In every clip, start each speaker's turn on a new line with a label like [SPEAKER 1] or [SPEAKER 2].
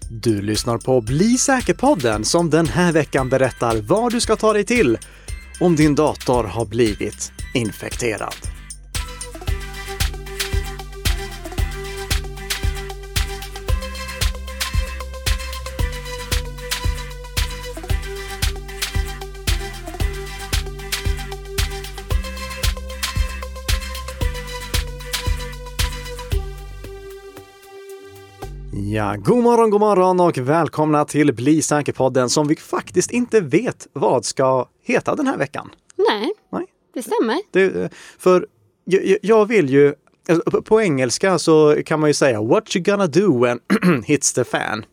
[SPEAKER 1] Du lyssnar på Bli säker-podden som den här veckan berättar vad du ska ta dig till om din dator har blivit infekterad. Ja, god morgon och välkomna till Bli säker-podden som vi faktiskt inte vet vad ska heta den här veckan.
[SPEAKER 2] Nej. Det stämmer.
[SPEAKER 1] För jag vill ju, på engelska så kan man ju säga what you gonna do when hits the fan.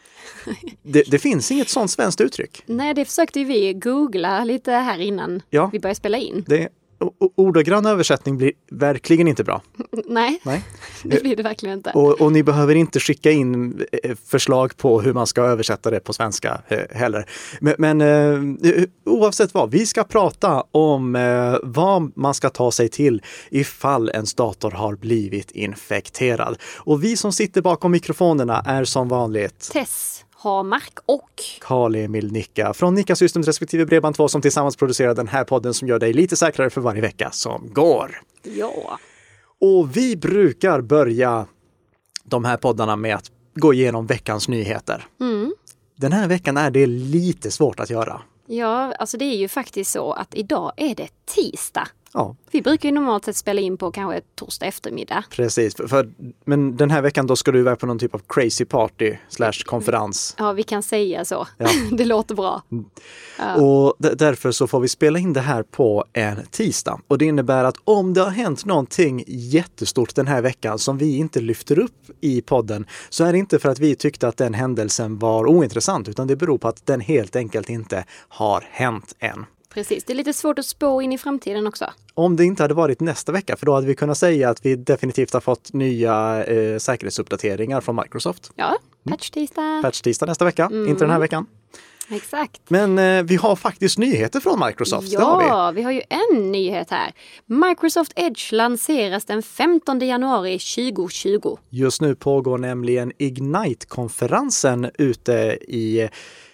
[SPEAKER 1] Det finns inget sånt svenskt uttryck.
[SPEAKER 2] Nej, det försökte ju vi googla lite här innan vi började spela in.
[SPEAKER 1] Ordagrann översättning blir verkligen inte bra.
[SPEAKER 2] Nej. Det blir det verkligen inte.
[SPEAKER 1] Och ni behöver inte skicka in förslag på hur man ska översätta det på svenska heller. Men oavsett vad, vi ska prata om vad man ska ta sig till ifall ens dator har blivit infekterad. Och vi som sitter bakom mikrofonerna är som vanligt
[SPEAKER 2] Tess Hamark och
[SPEAKER 1] Karl-Emil Nicka från Nicka Systems respektive Bredband2 som tillsammans producerar den här podden som gör dig lite säkrare för varje vecka som går.
[SPEAKER 2] Ja.
[SPEAKER 1] Och vi brukar börja de här poddarna med att gå igenom veckans nyheter.
[SPEAKER 2] Mm.
[SPEAKER 1] Den här veckan är det lite svårt att göra.
[SPEAKER 2] Ja, alltså det är ju faktiskt så att idag är det tisdag.
[SPEAKER 1] Ja.
[SPEAKER 2] Vi brukar ju normalt sett spela in på kanske torsdag eftermiddag.
[SPEAKER 1] Precis, men den här veckan då ska du vara på någon typ av crazy party / konferens.
[SPEAKER 2] Ja, vi kan säga så.
[SPEAKER 1] Ja.
[SPEAKER 2] Det låter bra.
[SPEAKER 1] Ja. Och därför så får vi spela in det här på en tisdag. Och det innebär att om det har hänt någonting jättestort den här veckan som vi inte lyfter upp i podden så är det inte för att vi tyckte att den händelsen var ointressant utan det beror på att den helt enkelt inte har hänt än.
[SPEAKER 2] Precis, det är lite svårt att spå in i framtiden också.
[SPEAKER 1] Om det inte hade varit nästa vecka, för då hade vi kunnat säga att vi definitivt har fått nya säkerhetsuppdateringar från Microsoft.
[SPEAKER 2] Ja, patch-tisdag.
[SPEAKER 1] Patch-tisdag nästa vecka, inte den här veckan.
[SPEAKER 2] Exakt.
[SPEAKER 1] Men vi har faktiskt nyheter från Microsoft.
[SPEAKER 2] Ja, vi har ju en nyhet här. Microsoft Edge lanseras den 15 januari 2020.
[SPEAKER 1] Just nu pågår nämligen Ignite-konferensen ute i...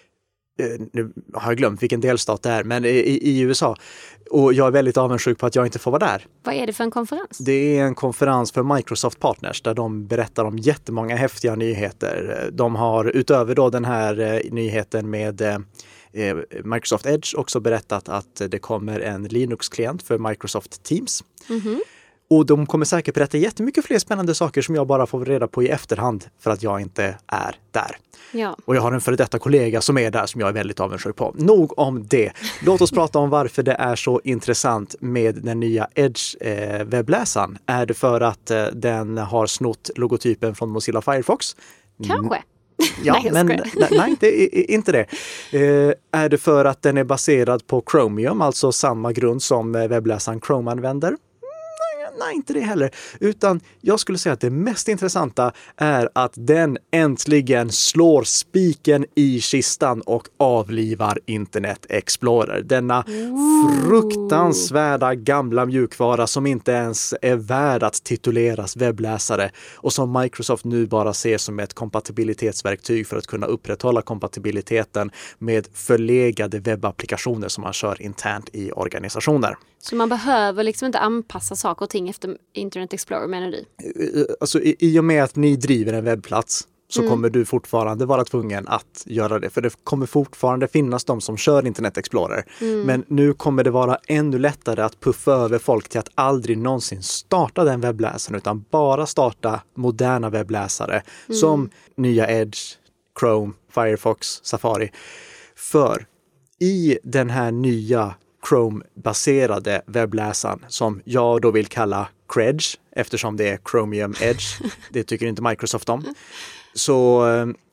[SPEAKER 1] Nu har jag glömt vilken delstat det är, men i USA. Och jag är väldigt avundsjuk på att jag inte får vara där.
[SPEAKER 2] Vad är det för en konferens?
[SPEAKER 1] Det är en konferens för Microsoft Partners där de berättar om jättemånga häftiga nyheter. De har utöver då den här nyheten med Microsoft Edge också berättat att det kommer en Linux-klient för Microsoft Teams.
[SPEAKER 2] Mm-hmm.
[SPEAKER 1] Och de kommer säkert berätta jättemycket fler spännande saker som jag bara får reda på i efterhand för att jag inte är där.
[SPEAKER 2] Ja.
[SPEAKER 1] Och jag har en före detta kollega som är där som jag är väldigt avundsjuk på. Nog om det. Låt oss prata om varför det är så intressant med den nya Edge-webbläsaren. Är det för att den har snott logotypen från Mozilla Firefox?
[SPEAKER 2] Kanske.
[SPEAKER 1] Ja, nej, det är inte det. Är det för att den är baserad på Chromium, alltså samma grund som webbläsaren Chrome använder? Nej, inte det heller. Utan jag skulle säga att det mest intressanta är att den äntligen slår spiken i kistan och avlivar Internet Explorer. Denna fruktansvärda gamla mjukvara som inte ens är värd att tituleras webbläsare och som Microsoft nu bara ser som ett kompatibilitetsverktyg för att kunna upprätthålla kompatibiliteten med förlegade webbapplikationer som man kör internt i organisationer.
[SPEAKER 2] Så man behöver liksom inte anpassa saker och ting efter Internet Explorer, menar du?
[SPEAKER 1] Alltså i och med att ni driver en webbplats så kommer du fortfarande vara tvungen att göra det. För det kommer fortfarande finnas de som kör Internet Explorer. Men nu kommer det vara ännu lättare att puffa över folk till att aldrig någonsin starta den webbläsaren utan bara starta moderna webbläsare som nya Edge, Chrome, Firefox, Safari. För i den här nya Chrome-baserade webbläsaren som jag då vill kalla Credge eftersom det är Chromium Edge. Det tycker inte Microsoft om. Så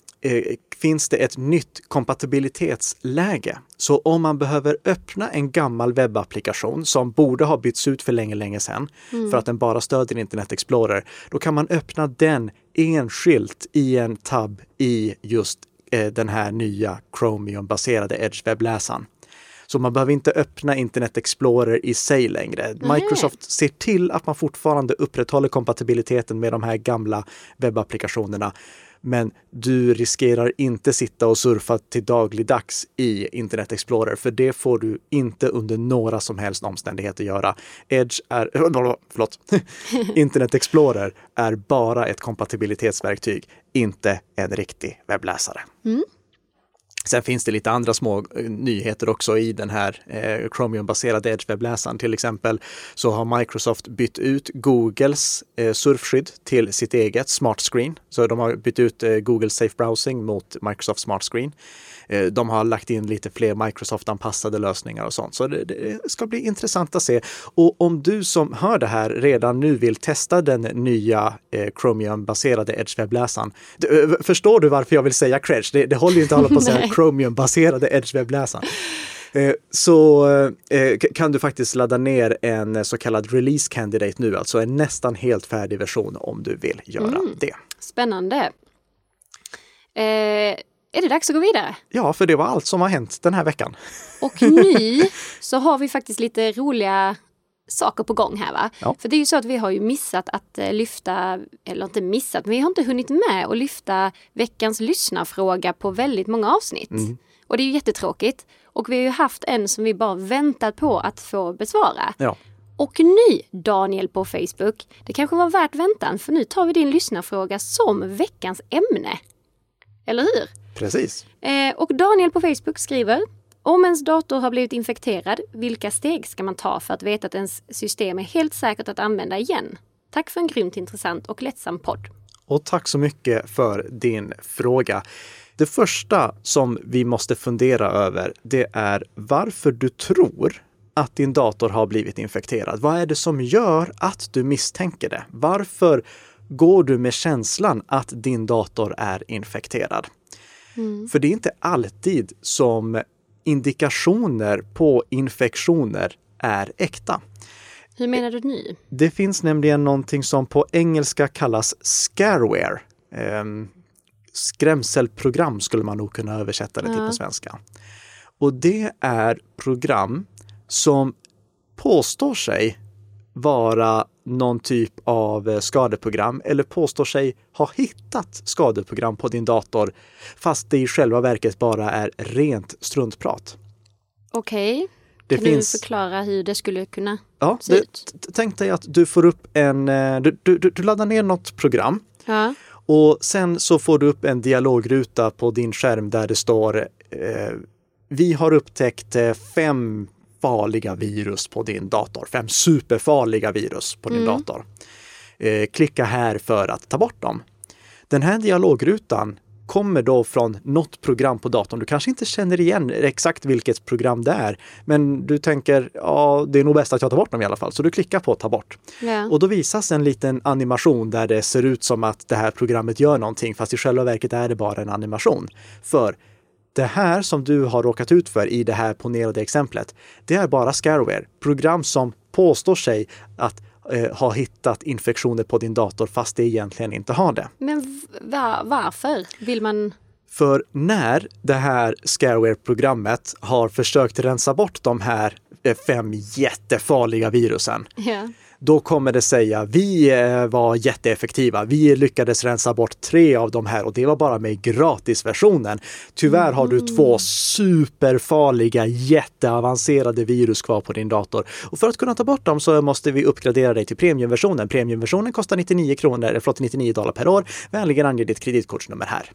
[SPEAKER 1] finns det ett nytt kompatibilitetsläge. Så om man behöver öppna en gammal webbapplikation som borde ha bytts ut för länge sedan för att den bara stödjer Internet Explorer, då kan man öppna den enskilt i en tab i just den här nya Chromium-baserade Edge-webbläsaren. Så man behöver inte öppna Internet Explorer i sig längre. Microsoft ser till att man fortfarande upprätthåller kompatibiliteten med de här gamla webbapplikationerna. Men du riskerar inte sitta och surfa till dagligdags i Internet Explorer, för det får du inte under några som helst omständigheter göra. Internet Explorer är bara ett kompatibilitetsverktyg, inte en riktig webbläsare. Sen finns det lite andra små nyheter också i den här Chromium-baserade Edge-webbläsaren. Till exempel så har Microsoft bytt ut Googles surfskydd till sitt eget Smart Screen. Så de har bytt ut Google Safe Browsing mot Microsoft Smart Screen. De har lagt in lite fler Microsoft-anpassade lösningar och sånt. Så det ska bli intressant att se. Och om du som hör det här redan nu vill testa den nya Chromium-baserade Edge-webbläsaren. Förstår du varför jag vill säga Credge? Det håller ju inte att hålla på att säga Chromium-baserade Edge-webbläsaren. Så kan du faktiskt ladda ner en så kallad release candidate nu. Alltså en nästan helt färdig version om du vill göra det.
[SPEAKER 2] Spännande. Är det dags att gå vidare?
[SPEAKER 1] Ja, för det var allt som har hänt den här veckan.
[SPEAKER 2] Och nu så har vi faktiskt lite roliga saker på gång här, va?
[SPEAKER 1] Ja.
[SPEAKER 2] För det är ju så att vi har ju missat att lyfta, eller inte missat, men vi har inte hunnit med att lyfta veckans lyssnarfråga på väldigt många avsnitt. Och det är ju jättetråkigt. Och vi har ju haft en som vi bara väntat på att få besvara.
[SPEAKER 1] Ja.
[SPEAKER 2] Och nu, Daniel på Facebook, det kanske var värt väntan, för nu tar vi din lyssnarfråga som veckans ämne. Eller hur?
[SPEAKER 1] Precis.
[SPEAKER 2] Och Daniel på Facebook skriver: om ens dator har blivit infekterad, vilka steg ska man ta för att veta att ens system är helt säkert att använda igen? Tack för en grymt intressant och lättsam podd.
[SPEAKER 1] Och tack så mycket för din fråga. Det första som vi måste fundera över, det är varför du tror att din dator har blivit infekterad. Vad är det som gör att du misstänker det? Varför går du med känslan att din dator är infekterad? För det är inte alltid som indikationer på infektioner är äkta.
[SPEAKER 2] Hur menar du nu?
[SPEAKER 1] Det finns nämligen någonting som på engelska kallas scareware. Skrämselprogram skulle man nog kunna översätta det till på svenska. Och det är program som påstår sig vara någon typ av skadeprogram eller påstår sig ha hittat skadeprogram på din dator, fast det i själva verket bara är rent struntprat.
[SPEAKER 2] Okej. Kan du förklara hur det skulle kunna se ut?
[SPEAKER 1] Tänk dig att du får upp du laddar ner något program.
[SPEAKER 2] Ja.
[SPEAKER 1] Och sen så får du upp en dialogruta på din skärm där det står vi har upptäckt 5 farliga virus på din dator. 5 superfarliga virus på din dator. Klicka här för att ta bort dem. Den här dialogrutan kommer då från något program på datorn. Du kanske inte känner igen exakt vilket program det är. Men du tänker, ja, det är nog bäst att jag tar bort dem i alla fall. Så du klickar på ta bort.
[SPEAKER 2] Ja.
[SPEAKER 1] Och då visas en liten animation där det ser ut som att det här programmet gör någonting. Fast i själva verket är det bara en animation. För det här som du har råkat ut för i det här ponerade exemplet, det är bara scareware. Program som påstår sig att ha hittat infektioner på din dator fast det egentligen inte har det.
[SPEAKER 2] Men varför vill man?
[SPEAKER 1] För när det här scareware-programmet har försökt rensa bort de här 5 jättefarliga virusen, då kommer det säga vi var jätteeffektiva. Vi lyckades rensa bort 3 av de här och det var bara med gratisversionen. Tyvärr har du 2 superfarliga, jätteavancerade virus kvar på din dator. Och för att kunna ta bort dem så måste vi uppgradera dig till premiumversionen. Premiumversionen kostar $99 per år. Vänligen ange ditt kreditkortsnummer här.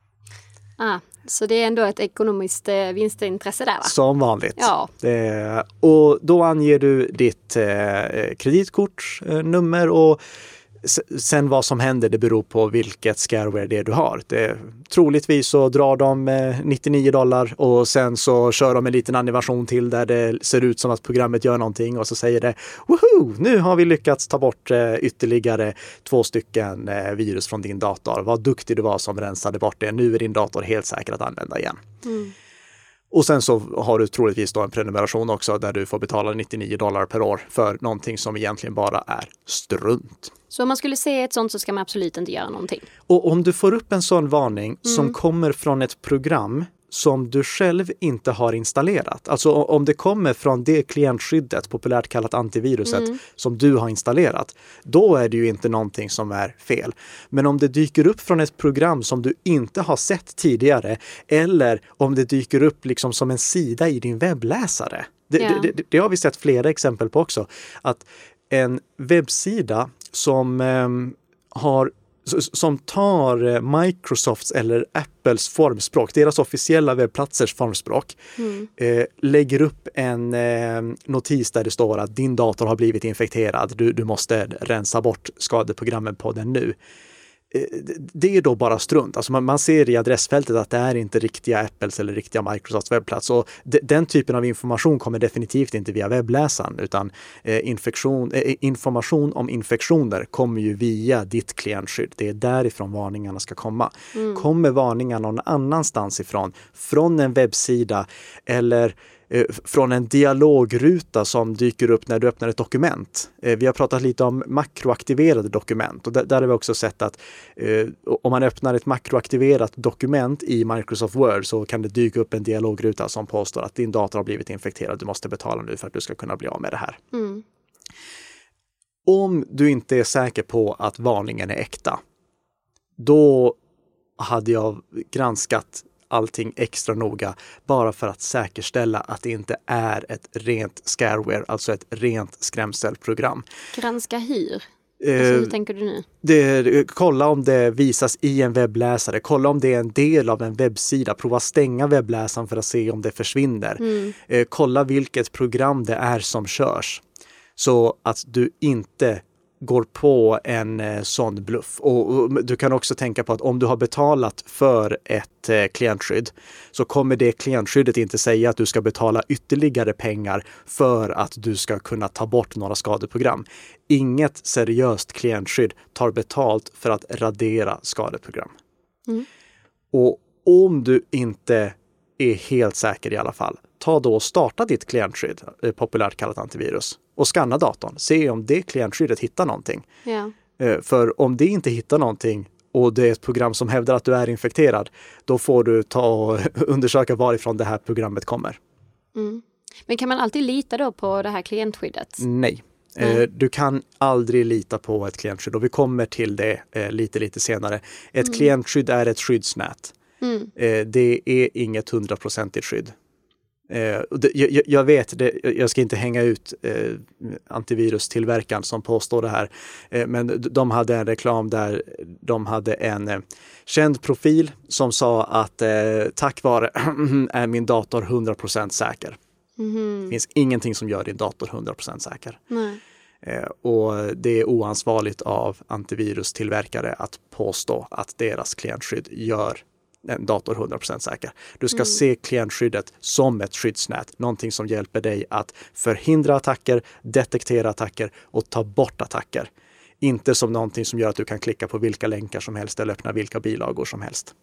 [SPEAKER 2] Så det är ändå ett ekonomiskt vinstintresse där, va?
[SPEAKER 1] Som vanligt.
[SPEAKER 2] Ja.
[SPEAKER 1] Och då anger du ditt kreditkortsnummer och sen vad som händer, det beror på vilket scareware det är du har. Troligtvis så drar de $99 och sen så kör de en liten animation till där det ser ut som att programmet gör någonting och så säger det woho! Nu har vi lyckats ta bort ytterligare 2 stycken virus från din dator. Vad duktig du var som rensade bort det. Nu är din dator helt säker att använda igen. Och sen så har du troligtvis då en prenumeration också där du får betala $99 per år för någonting som egentligen bara är strunt.
[SPEAKER 2] Så om man skulle se ett sånt så ska man absolut inte göra någonting.
[SPEAKER 1] Och om du får upp en sån varning som kommer från ett program som du själv inte har installerat. Alltså om det kommer från det klientskyddet, populärt kallat antiviruset, som du har installerat, då är det ju inte någonting som är fel. Men om det dyker upp från ett program som du inte har sett tidigare, eller om det dyker upp liksom som en sida i din webbläsare. Det har vi sett flera exempel på också. Att en webbsida som tar Microsofts eller Apples formspråk, deras officiella webbplatsers formspråk, lägger upp en notis där det står att din dator har blivit infekterad. Du måste rensa bort skadeprogrammen på den nu. Det är då bara strunt. Alltså man ser i adressfältet att det är inte riktiga Apples eller riktiga Microsofts webbplats. Och den typen av information kommer definitivt inte via webbläsaren, utan information om infektioner kommer ju via ditt klientskydd. Det är därifrån varningarna ska komma. Kommer varningarna någon annanstans ifrån, från en webbsida eller från en dialogruta som dyker upp när du öppnar ett dokument. Vi har pratat lite om makroaktiverade dokument, och där har vi också sett att om man öppnar ett makroaktiverat dokument i Microsoft Word så kan det dyka upp en dialogruta som påstår att din dator har blivit infekterad. Du måste betala nu för att du ska kunna bli av med det här. Om du inte är säker på att varningen är äkta, då hade jag granskat allting extra noga bara för att säkerställa att det inte är ett rent scareware, alltså ett rent skrämselprogram.
[SPEAKER 2] Granska hur? Hur tänker du nu?
[SPEAKER 1] Kolla om det visas i en webbläsare, kolla om det är en del av en webbsida, prova stänga webbläsaren för att se om det försvinner. Kolla vilket program det är som körs, så att du inte går på en sån bluff. Och du kan också tänka på att om du har betalat för ett klientskydd, så kommer det klientskyddet inte säga att du ska betala ytterligare pengar för att du ska kunna ta bort några skadeprogram. Inget seriöst klientskydd tar betalt för att radera skadeprogram. Och om du inte är helt säker i alla fall, ta då och starta ditt klientskydd, populärt kallat antivirus, och skanna datorn. Se om det klientskyddet hittar någonting. För om det inte hittar någonting och det är ett program som hävdar att du är infekterad, då får du ta och undersöka varifrån det här programmet kommer.
[SPEAKER 2] Men kan man alltid lita då på det här klientskyddet?
[SPEAKER 1] Nej. Du kan aldrig lita på ett klientskydd, och vi kommer till det lite senare. Ett klientskydd är ett skyddsnät. Det är inget 100% skydd. Jag vet det, jag ska inte hänga ut antivirustillverkaren som påstår det här, men de hade en reklam där de hade en känd profil som sa att tack vare är min dator 100% säker. Det finns ingenting som gör din dator 100% säker. Och det är oansvarigt av antivirustillverkare att påstå att deras klientskydd gör en dator 100% säker. Du ska se klientskyddet som ett skyddsnät. Någonting som hjälper dig att förhindra attacker, detektera attacker och ta bort attacker. Inte som någonting som gör att du kan klicka på vilka länkar som helst eller öppna vilka bilagor som helst.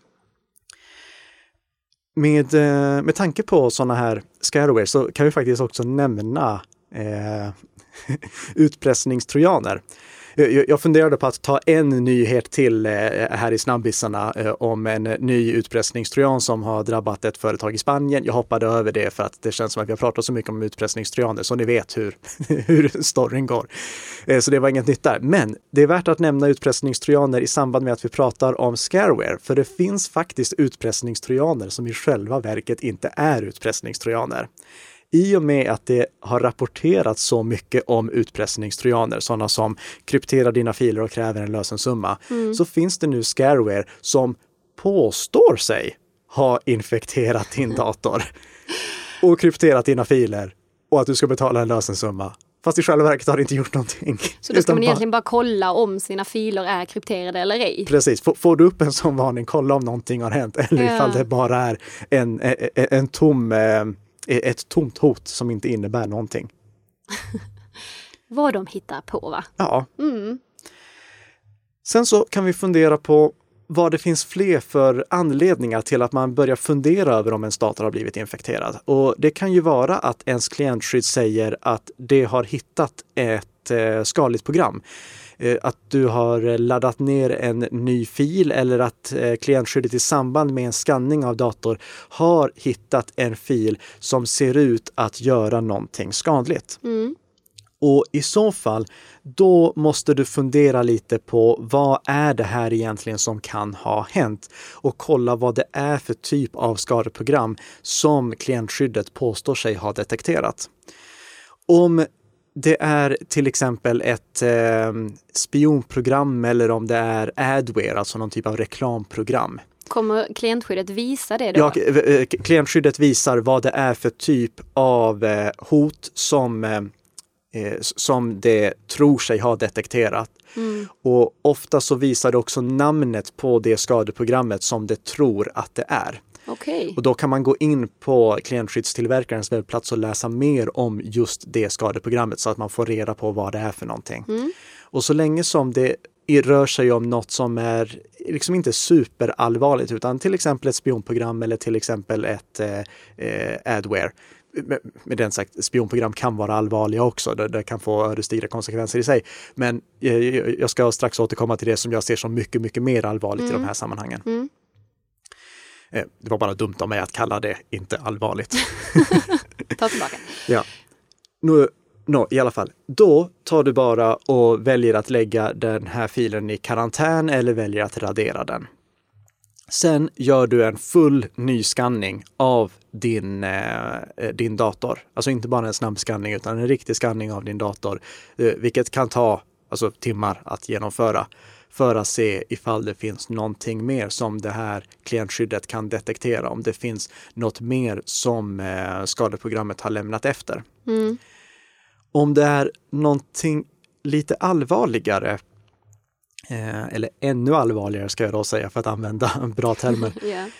[SPEAKER 1] Med tanke på sådana här scareware så kan vi faktiskt också nämna utpressningstrojaner. Jag funderade på att ta en nyhet till här i snabbissarna om en ny utpressningstrojan som har drabbat ett företag i Spanien. Jag hoppade över det för att det känns som att vi har pratat så mycket om utpressningstrojaner, så ni vet hur storyn går. Så det var inget nytt där. Men det är värt att nämna utpressningstrojaner i samband med att vi pratar om scareware. För det finns faktiskt utpressningstrojaner som i själva verket inte är utpressningstrojaner. I och med att det har rapporterats så mycket om utpressningstrojaner, sådana som krypterar dina filer och kräver en lösensumma, så finns det nu scareware som påstår sig ha infekterat din dator och krypterat dina filer och att du ska betala en lösensumma. Fast i själva verket har det inte gjort någonting.
[SPEAKER 2] Så då ska man egentligen bara kolla om sina filer är krypterade eller ej.
[SPEAKER 1] Precis. Får du upp en sån varning, kolla om någonting har hänt. Eller ifall det bara är ett tomt hot som inte innebär någonting.
[SPEAKER 2] Vad de hittar på, va?
[SPEAKER 1] Ja. Sen så kan vi fundera på vad det finns fler för anledningar till att man börjar fundera över om en dator har blivit infekterad. Och det kan ju vara att ens klientskydd säger att det har hittat ett skadligt program. att du har laddat ner en ny fil eller att klientskyddet i samband med en skanning av dator har hittat en fil som ser ut att göra någonting skadligt. Och i så fall, då måste du fundera lite på vad är det här egentligen som kan ha hänt och kolla vad det är för typ av skadeprogram som klientskyddet påstår sig ha detekterat. Om det är till exempel ett spionprogram eller om det är adware, alltså någon typ av reklamprogram.
[SPEAKER 2] Kommer klientskyddet visa det då?
[SPEAKER 1] Ja, klientskyddet visar vad det är för typ av hot som det tror sig ha detekterat. Och ofta så visar det också namnet på det skadeprogrammet som det tror att det är.
[SPEAKER 2] Okay.
[SPEAKER 1] Och då kan man gå in på klientskyddstillverkarens webbplats och läsa mer om just det skadeprogrammet så att man får reda på vad det är för någonting. Och så länge som det rör sig om något som är liksom inte superallvarligt utan till exempel ett spionprogram eller till exempel ett adware. Med den sagt, spionprogram kan vara allvarliga också. Det kan få ödesdigra konsekvenser i sig. Men jag ska strax återkomma till det som jag ser som mycket, mycket mer allvarligt i de här sammanhangen. Det var bara dumt av mig att kalla det inte allvarligt.
[SPEAKER 2] Ta tillbaka.
[SPEAKER 1] Ja. I alla fall. Då tar du bara och väljer att lägga den här filen i karantän eller väljer att radera den. Sen gör du en full nyskanning av din dator. Alltså inte bara en snabb skanning utan en riktig skanning av din dator. Vilket kan ta timmar att genomföra för att se ifall det finns någonting mer som det här klientskyddet kan detektera. Om det finns något mer som skadeprogrammet har lämnat efter. Om det är någonting lite allvarligare eller ännu allvarligare ska jag då säga för att använda bra termer.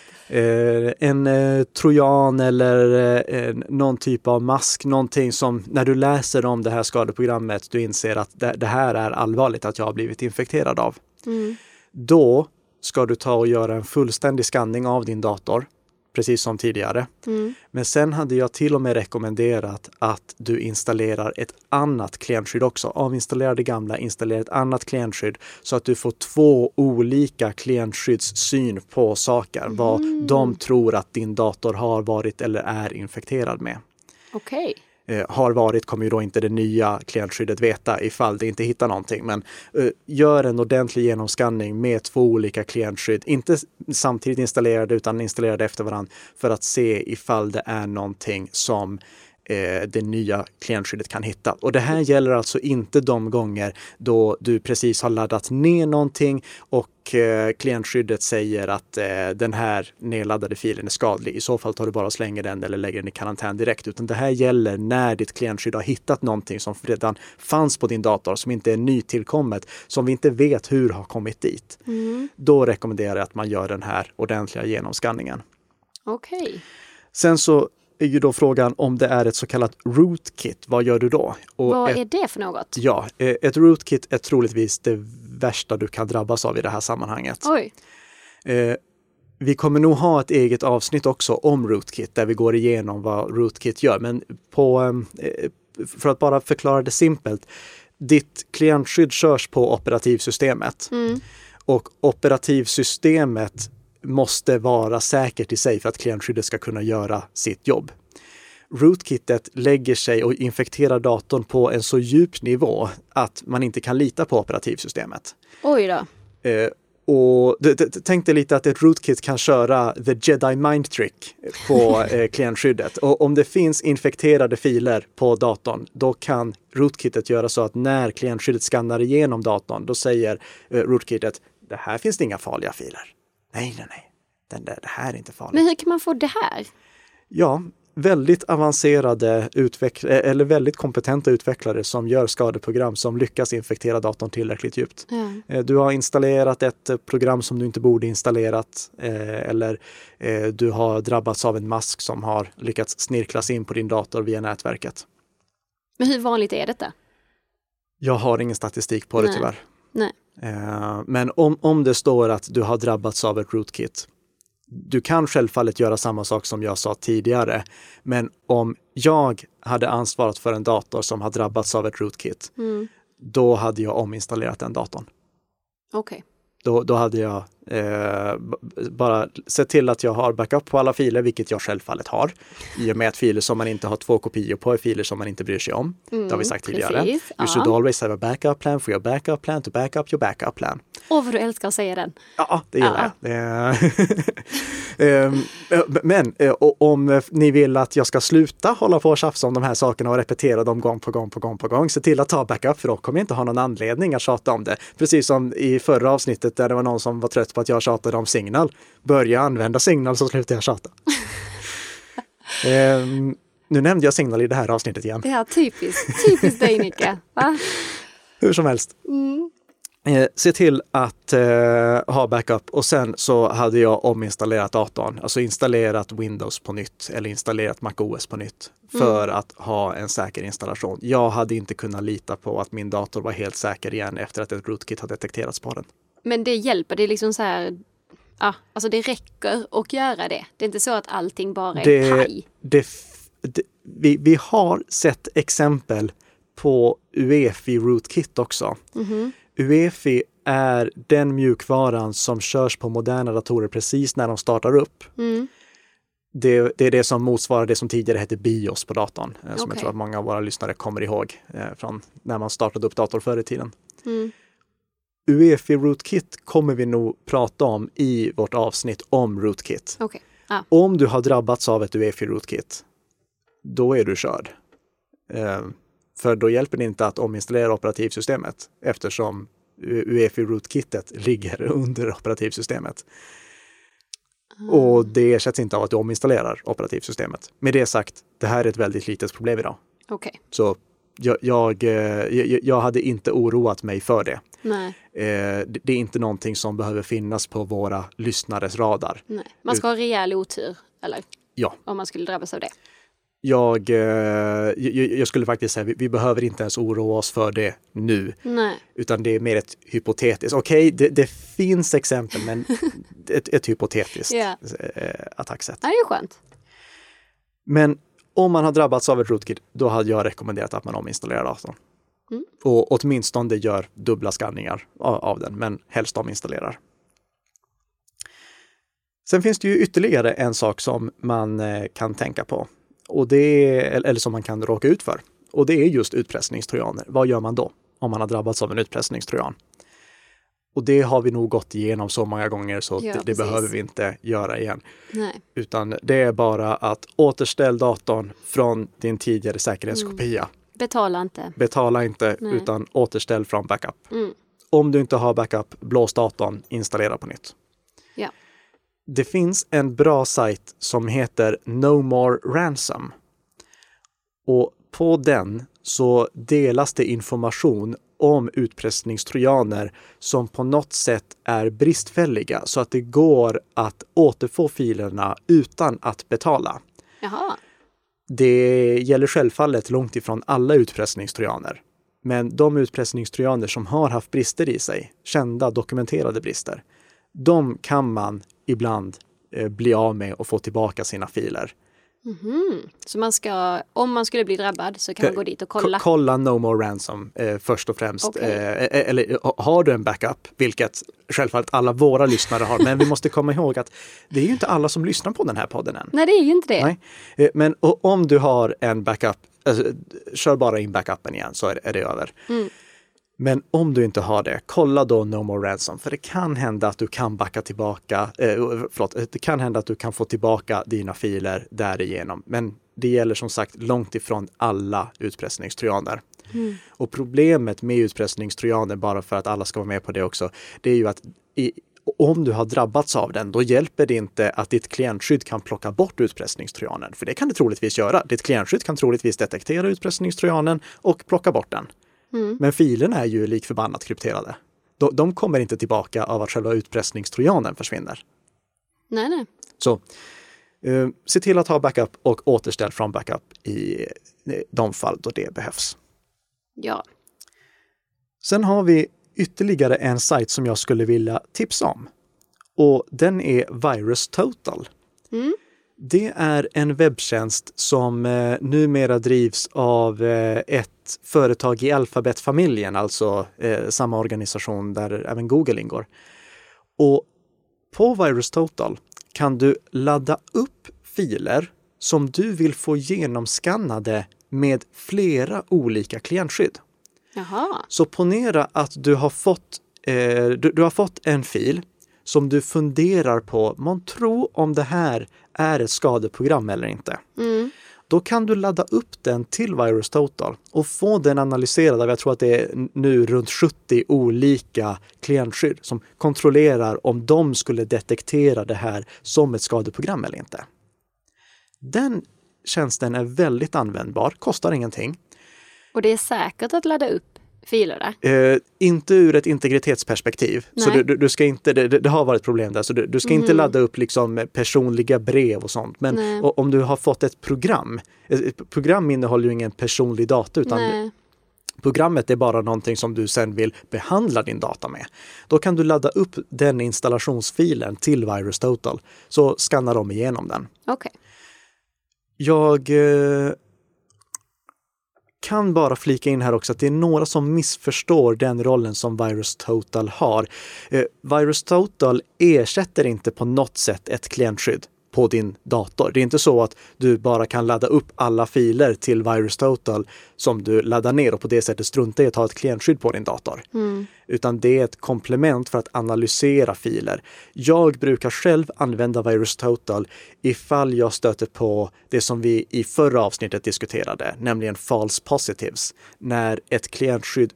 [SPEAKER 1] En trojan eller någon typ av mask, någonting som när du läser om det här skadeprogrammet du inser att det här är allvarligt att jag har blivit infekterad av. Då ska du ta och göra en fullständig skanning av din dator. Precis som tidigare. Men sen hade jag till och med rekommenderat att du installerar ett annat klientskydd också. Avinstallera det gamla, installera ett annat klientskydd så att du får 2 olika klientskyddssyn på saker. Vad de tror att din dator har varit eller är infekterad med.
[SPEAKER 2] Okej.
[SPEAKER 1] Har varit kommer ju då inte det nya klientskyddet veta ifall det inte hittar någonting. Men gör en ordentlig genomskanning med 2 olika klientskydd. Inte samtidigt installerade utan installerade efter varandra för att se ifall det är någonting som det nya klientskyddet kan hitta. Och det här gäller alltså inte de gånger då du precis har laddat ner någonting och klientskyddet säger att den här nedladdade filen är skadlig. I så fall tar du bara och slänger den eller lägger den i karantän direkt. Utan det här gäller när ditt klientskydd har hittat någonting som redan fanns på din dator, som inte är nytillkommet, som vi inte vet hur har kommit dit. Då rekommenderar jag att man gör den här ordentliga genomskanningen.
[SPEAKER 2] Okej.
[SPEAKER 1] Sen så är ju då frågan om det är ett så kallat rootkit. Vad gör du då? Och
[SPEAKER 2] vad är det för något?
[SPEAKER 1] Ja, ett rootkit är troligtvis det värsta du kan drabbas av i det här sammanhanget.
[SPEAKER 2] Oj.
[SPEAKER 1] Vi kommer nog ha ett eget avsnitt också om rootkit där vi går igenom vad rootkit gör. Men för att bara förklara det simpelt. Ditt klientskydd körs på operativsystemet. Och operativsystemet måste vara säkert i sig för att klientskyddet ska kunna göra sitt jobb. Rootkittet lägger sig och infekterar datorn på en så djup nivå att man inte kan lita på operativsystemet.
[SPEAKER 2] Oj då.
[SPEAKER 1] Och tänk dig lite att ett rootkit kan köra the Jedi mind trick på klientskyddet. Och om det finns infekterade filer på datorn, då kan rootkittet göra så att när klientskyddet skannar igenom datorn, då säger rootkittet, det här finns det inga farliga filer. Nej. Det här är inte farligt.
[SPEAKER 2] Men hur kan man få det här?
[SPEAKER 1] Ja, väldigt avancerade eller väldigt kompetenta utvecklare som gör skadeprogram som lyckas infektera datorn tillräckligt djupt. Du har installerat ett program som du inte borde installerat eller du har drabbats av en mask som har lyckats snirklas in på din dator via nätverket.
[SPEAKER 2] Men hur vanligt är detta?
[SPEAKER 1] Jag har ingen statistik på det tyvärr.
[SPEAKER 2] Nej.
[SPEAKER 1] Men om det står att du har drabbats av ett rootkit, du kan självfallet göra samma sak som jag sa tidigare. Men om jag hade ansvarat för en dator som har drabbats av ett rootkit, då hade jag ominstallerat den datorn.
[SPEAKER 2] Okej.
[SPEAKER 1] Då hade jag bara sett till att jag har backup på alla filer, vilket jag självfallet har. I och med att filer som man inte har 2 kopior på är filer som man inte bryr sig om. Det har vi sagt tidigare. You should always have a backup plan for your backup plan to back up your backup plan.
[SPEAKER 2] Åh, vad du älskar att säga den.
[SPEAKER 1] Ja, det gillar jag. Men om ni vill att jag ska sluta hålla på och tjafsa om de här sakerna och repetera dem gång på gång, se till att ta backup, för då kommer jag inte ha någon anledning att tjata om det. Precis som i förra avsnittet där det var någon som var trött på att jag tjatade om Signal. Börja använda Signal så slutar jag tjata. Nu nämnde jag Signal i det här avsnittet igen.
[SPEAKER 2] Ja, typiskt dig, Nika. Va?
[SPEAKER 1] Hur som helst. Se till att ha backup, och sen så hade jag ominstallerat datorn, alltså installerat Windows på nytt eller installerat MacOS på nytt för att ha en säker installation. Jag hade inte kunnat lita på att min dator var helt säker igen efter att ett rootkit hade detekterats på den. Men
[SPEAKER 2] det hjälper, det är liksom så här, alltså det räcker att göra det. Det är inte så att allting bara är paj.
[SPEAKER 1] Vi har sett exempel på UEFI rootkit också. UEFI är den mjukvaran som körs på moderna datorer precis när de startar upp. Det är det som motsvarar det som tidigare hette BIOS på datorn. Som jag tror att många av våra lyssnare kommer ihåg från när man startade upp dator förr i tiden. UEFI rootkit kommer vi nog prata om i vårt avsnitt om rootkit. Om du har drabbats av ett UEFI rootkit, då är du körd. För då hjälper det inte att ominstallera operativsystemet, eftersom UEFI rootkittet ligger under operativsystemet. Och det ersätts inte av att du ominstallerar operativsystemet. Med det sagt, det här är ett väldigt litet problem idag. Så jag hade inte oroat mig för det.
[SPEAKER 2] Nej.
[SPEAKER 1] Det är inte någonting som behöver finnas på våra lyssnares radar.
[SPEAKER 2] Nej. Man ska ha rejäl otur, eller?
[SPEAKER 1] Ja.
[SPEAKER 2] Om man skulle drabbas av det.
[SPEAKER 1] Jag skulle faktiskt säga vi behöver inte ens oroa oss för det nu.
[SPEAKER 2] Nej.
[SPEAKER 1] Utan det är mer ett hypotetiskt. Okej, det finns exempel, men ett hypotetiskt attacksätt.
[SPEAKER 2] Det är ju skönt.
[SPEAKER 1] Men om man har drabbats av ett rootkit, då hade jag rekommenderat att man ominstallerar datorn. Och åtminstone gör dubbla skanningar av den, men helst ominstallerar. Sen finns det ju ytterligare en sak som man kan tänka på. Och det är, eller som man kan råka ut för. Och det är just utpressningstrojaner. Vad gör man då om man har drabbats av en utpressningstrojan? Och det har vi nog gått igenom så många gånger så det behöver vi inte göra igen.
[SPEAKER 2] Nej.
[SPEAKER 1] Utan det är bara att återställ datorn från din tidigare säkerhetskopia. Betala inte utan återställ från backup. Om du inte har backup, blås datorn, installera på nytt.
[SPEAKER 2] Ja.
[SPEAKER 1] Det finns en bra sajt som heter No More Ransom. Och på den så delas det information om utpressningstrojaner som på något sätt är bristfälliga så att det går att återfå filerna utan att betala.
[SPEAKER 2] Jaha.
[SPEAKER 1] Det gäller självfallet långt ifrån alla utpressningstrojaner. Men de utpressningstrojaner som har haft brister i sig, kända dokumenterade brister, de kan man ibland bli av med och få tillbaka sina filer.
[SPEAKER 2] Så man ska, om man skulle bli drabbad så kan man gå dit och kolla?
[SPEAKER 1] Kolla No More Ransom först och främst. Eller har du en backup, vilket självfallet alla våra lyssnare har. Men vi måste komma ihåg att det är ju inte alla som lyssnar på den här podden än.
[SPEAKER 2] Nej, det är ju inte det.
[SPEAKER 1] Nej. Men om du har en backup, alltså, kör bara in backupen igen så är det över. Men om du inte har det, kolla då No More Ransom. För det kan hända att du kan backa tillbaka, det kan hända att du kan få tillbaka dina filer därigenom. Men det gäller som sagt långt ifrån alla utpressningstrojaner. Och problemet med utpressningstrojaner, bara för att alla ska vara med på det också, det är ju att om du har drabbats av den, då hjälper det inte att ditt klientskydd kan plocka bort utpressningstrojanen. För det kan det troligtvis göra. Ditt klientskydd kan troligtvis detektera utpressningstrojanen och plocka bort den. Men filerna är ju lik förbannat krypterade. De kommer inte tillbaka av att själva utpressningstrojanen försvinner.
[SPEAKER 2] Nej.
[SPEAKER 1] Så se till att ha backup och återställ från backup i de fall då det behövs.
[SPEAKER 2] Ja.
[SPEAKER 1] Sen har vi ytterligare en sajt som jag skulle vilja tipsa om. Och den är VirusTotal. Det är en webbtjänst som numera drivs av ett ett företag i Alphabet-familjen, alltså samma organisation där även Google ingår. Och på VirusTotal kan du ladda upp filer som du vill få genomskannade med flera olika klientskydd.
[SPEAKER 2] Jaha.
[SPEAKER 1] Så ponera att du har fått en fil som du funderar på, man tror om det här är ett skadeprogram eller inte.
[SPEAKER 2] Mm.
[SPEAKER 1] Då kan du ladda upp den till VirusTotal och få den analyserad av, jag tror att det är nu runt 70 olika klientskydd som kontrollerar om de skulle detektera det här som ett skadeprogram eller inte. Den tjänsten är väldigt användbar, kostar ingenting.
[SPEAKER 2] Och det är säkert att ladda upp filer där?
[SPEAKER 1] Inte ur ett integritetsperspektiv. Nej. Så du ska inte, det har varit problem där, så du ska inte ladda upp liksom personliga brev och sånt. Men om du har fått ett program innehåller ju ingen personlig data, utan programmet är bara någonting som du sen vill behandla din data med. Då kan du ladda upp den installationsfilen till VirusTotal, så skannar de igenom den.
[SPEAKER 2] Okej.
[SPEAKER 1] Jag kan bara flika in här också att det är några som missförstår den rollen som VirusTotal har. VirusTotal ersätter inte på något sätt ett klientskydd på din dator. Det är inte så att du bara kan ladda upp alla filer till VirusTotal som du laddar ner och på det sättet strunta i att ha ett klientskydd på din dator. Utan det är ett komplement för att analysera filer. Jag brukar själv använda VirusTotal ifall jag stöter på det som vi i förra avsnittet diskuterade, nämligen false positives. När ett klientskydd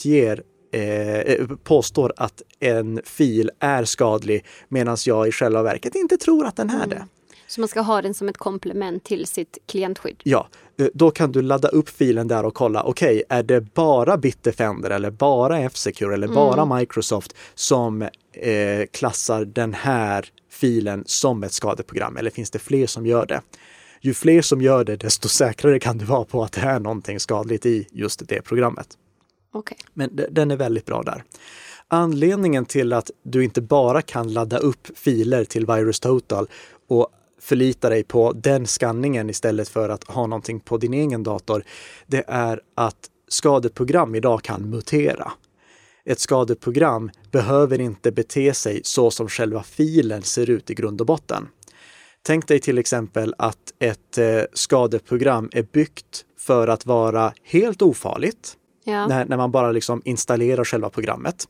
[SPEAKER 1] påstår att en fil är skadlig medan jag i själva verket inte tror att den är det.
[SPEAKER 2] Så man ska ha den som ett komplement till sitt klientskydd?
[SPEAKER 1] Ja, då kan du ladda upp filen där och kolla, okej, är det bara Bitdefender eller bara F-Secure eller bara Microsoft som klassar den här filen som ett skadeprogram, eller finns det fler som gör det? Ju fler som gör det, desto säkrare kan du vara på att det är någonting skadligt i just det programmet.
[SPEAKER 2] Okay.
[SPEAKER 1] Men den är väldigt bra där. Anledningen till att du inte bara kan ladda upp filer till VirusTotal och förlita dig på den skanningen istället för att ha någonting på din egen dator, det är att skadeprogram idag kan mutera. Ett skadeprogram behöver inte bete sig så som själva filen ser ut i grund och botten. Tänk dig till exempel att ett skadeprogram är byggt för att vara helt ofarligt.
[SPEAKER 2] Ja.
[SPEAKER 1] När man bara liksom installerar själva programmet.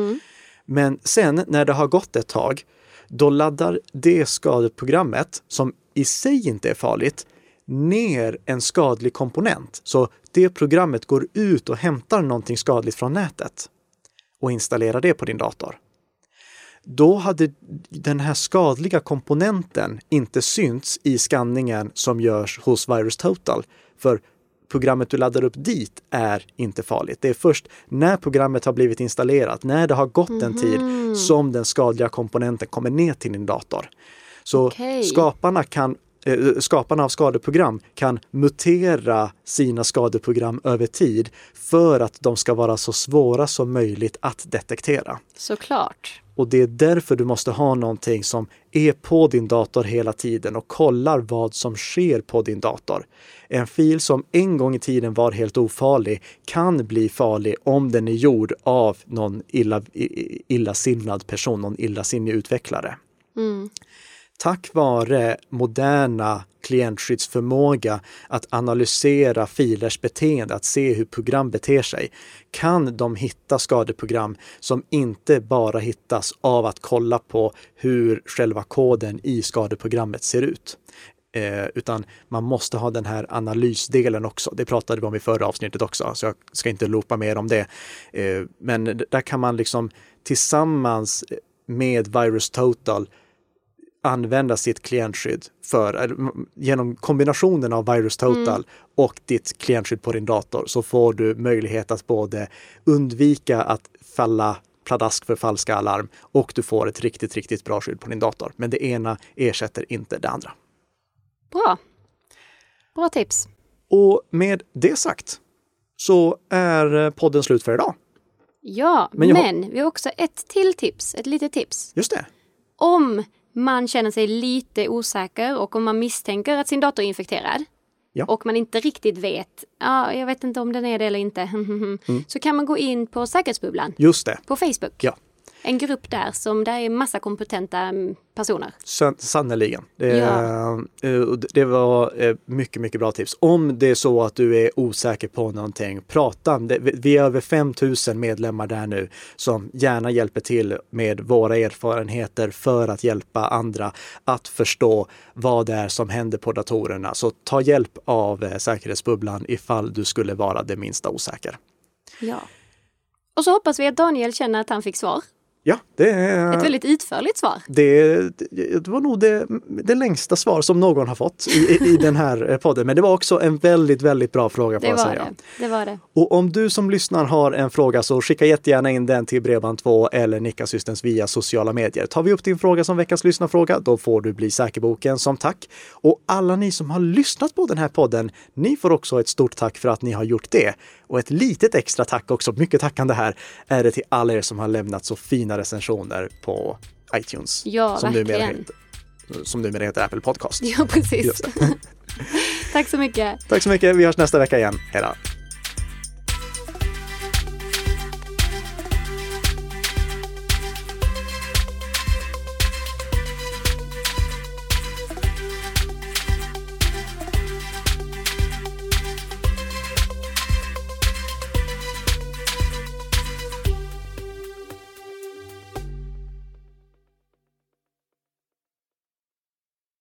[SPEAKER 1] Men sen när det har gått ett tag, då laddar det skadeprogrammet, som i sig inte är farligt, ner en skadlig komponent. Så det programmet går ut och hämtar någonting skadligt från nätet och installerar det på din dator. Då hade den här skadliga komponenten inte synts i skanningen som görs hos VirusTotal, för programmet du laddar upp dit är inte farligt. Det är först när programmet har blivit installerat, när det har gått en tid, som den skadliga komponenten kommer ner till din dator. Så skaparna av skadeprogram kan mutera sina skadeprogram över tid för att de ska vara så svåra som möjligt att detektera.
[SPEAKER 2] Såklart.
[SPEAKER 1] Och det är därför du måste ha någonting som är på din dator hela tiden och kollar vad som sker på din dator. En fil som en gång i tiden var helt ofarlig kan bli farlig om den är gjord av någon illasinnad person, någon illasinnig utvecklare. Tack vare moderna klientskyddsförmåga att analysera filers beteende, att se hur program beter sig, kan de hitta skadeprogram som inte bara hittas av att kolla på hur själva koden i skadeprogrammet ser ut. Utan man måste ha den här analysdelen också. Det pratade vi om i förra avsnittet också, så jag ska inte loopa mer om det. Men där kan man liksom tillsammans med VirusTotal använda sitt klientskydd genom kombinationen av VirusTotal och ditt klientskydd på din dator, så får du möjlighet att både undvika att falla pladask för falska alarm och du får ett riktigt, riktigt bra skydd på din dator. Men det ena ersätter inte det andra.
[SPEAKER 2] Bra tips.
[SPEAKER 1] Och med det sagt så är podden slut för idag.
[SPEAKER 2] Ja, men vi har också ett litet tips.
[SPEAKER 1] Just det.
[SPEAKER 2] Om man känner sig lite osäker och om man misstänker att sin dator är infekterad, och man inte riktigt vet, jag vet inte om den är det eller inte, så kan man gå in på Säkerhetsbubblan.
[SPEAKER 1] Just det.
[SPEAKER 2] På Facebook.
[SPEAKER 1] Ja.
[SPEAKER 2] En grupp där är massa kompetenta personer.
[SPEAKER 1] Sannoliken. Det var mycket, mycket bra tips. Om det är så att du är osäker på någonting, prata. Vi är över 5000 medlemmar där nu som gärna hjälper till med våra erfarenheter för att hjälpa andra att förstå vad det är som händer på datorerna. Så ta hjälp av Säkerhetsbubblan ifall du skulle vara det minsta osäker.
[SPEAKER 2] Ja. Och så hoppas vi att Daniel känner att han fick svar.
[SPEAKER 1] Ja, det är
[SPEAKER 2] ett väldigt utförligt svar.
[SPEAKER 1] Det var nog det längsta svar som någon har fått i den här podden. Men det var också en väldigt, väldigt bra fråga får jag säga.
[SPEAKER 2] Det var det.
[SPEAKER 1] Och om du som lyssnar har en fråga så skicka jättegärna in den till Bredband2 eller Nicka Systems via sociala medier. Tar vi upp din fråga som veckans lyssnarfråga, då får du bli säkerboken som tack. Och alla ni som har lyssnat på den här podden, ni får också ett stort tack för att ni har gjort det. Och ett litet extra tack också, mycket tackande här, är det till alla er som har lämnat så fina recensioner på iTunes.
[SPEAKER 2] Ja,
[SPEAKER 1] som numera heter Apple Podcast.
[SPEAKER 2] Ja, precis. Tack så mycket.
[SPEAKER 1] Tack så mycket. Vi hörs nästa vecka igen. Hej då.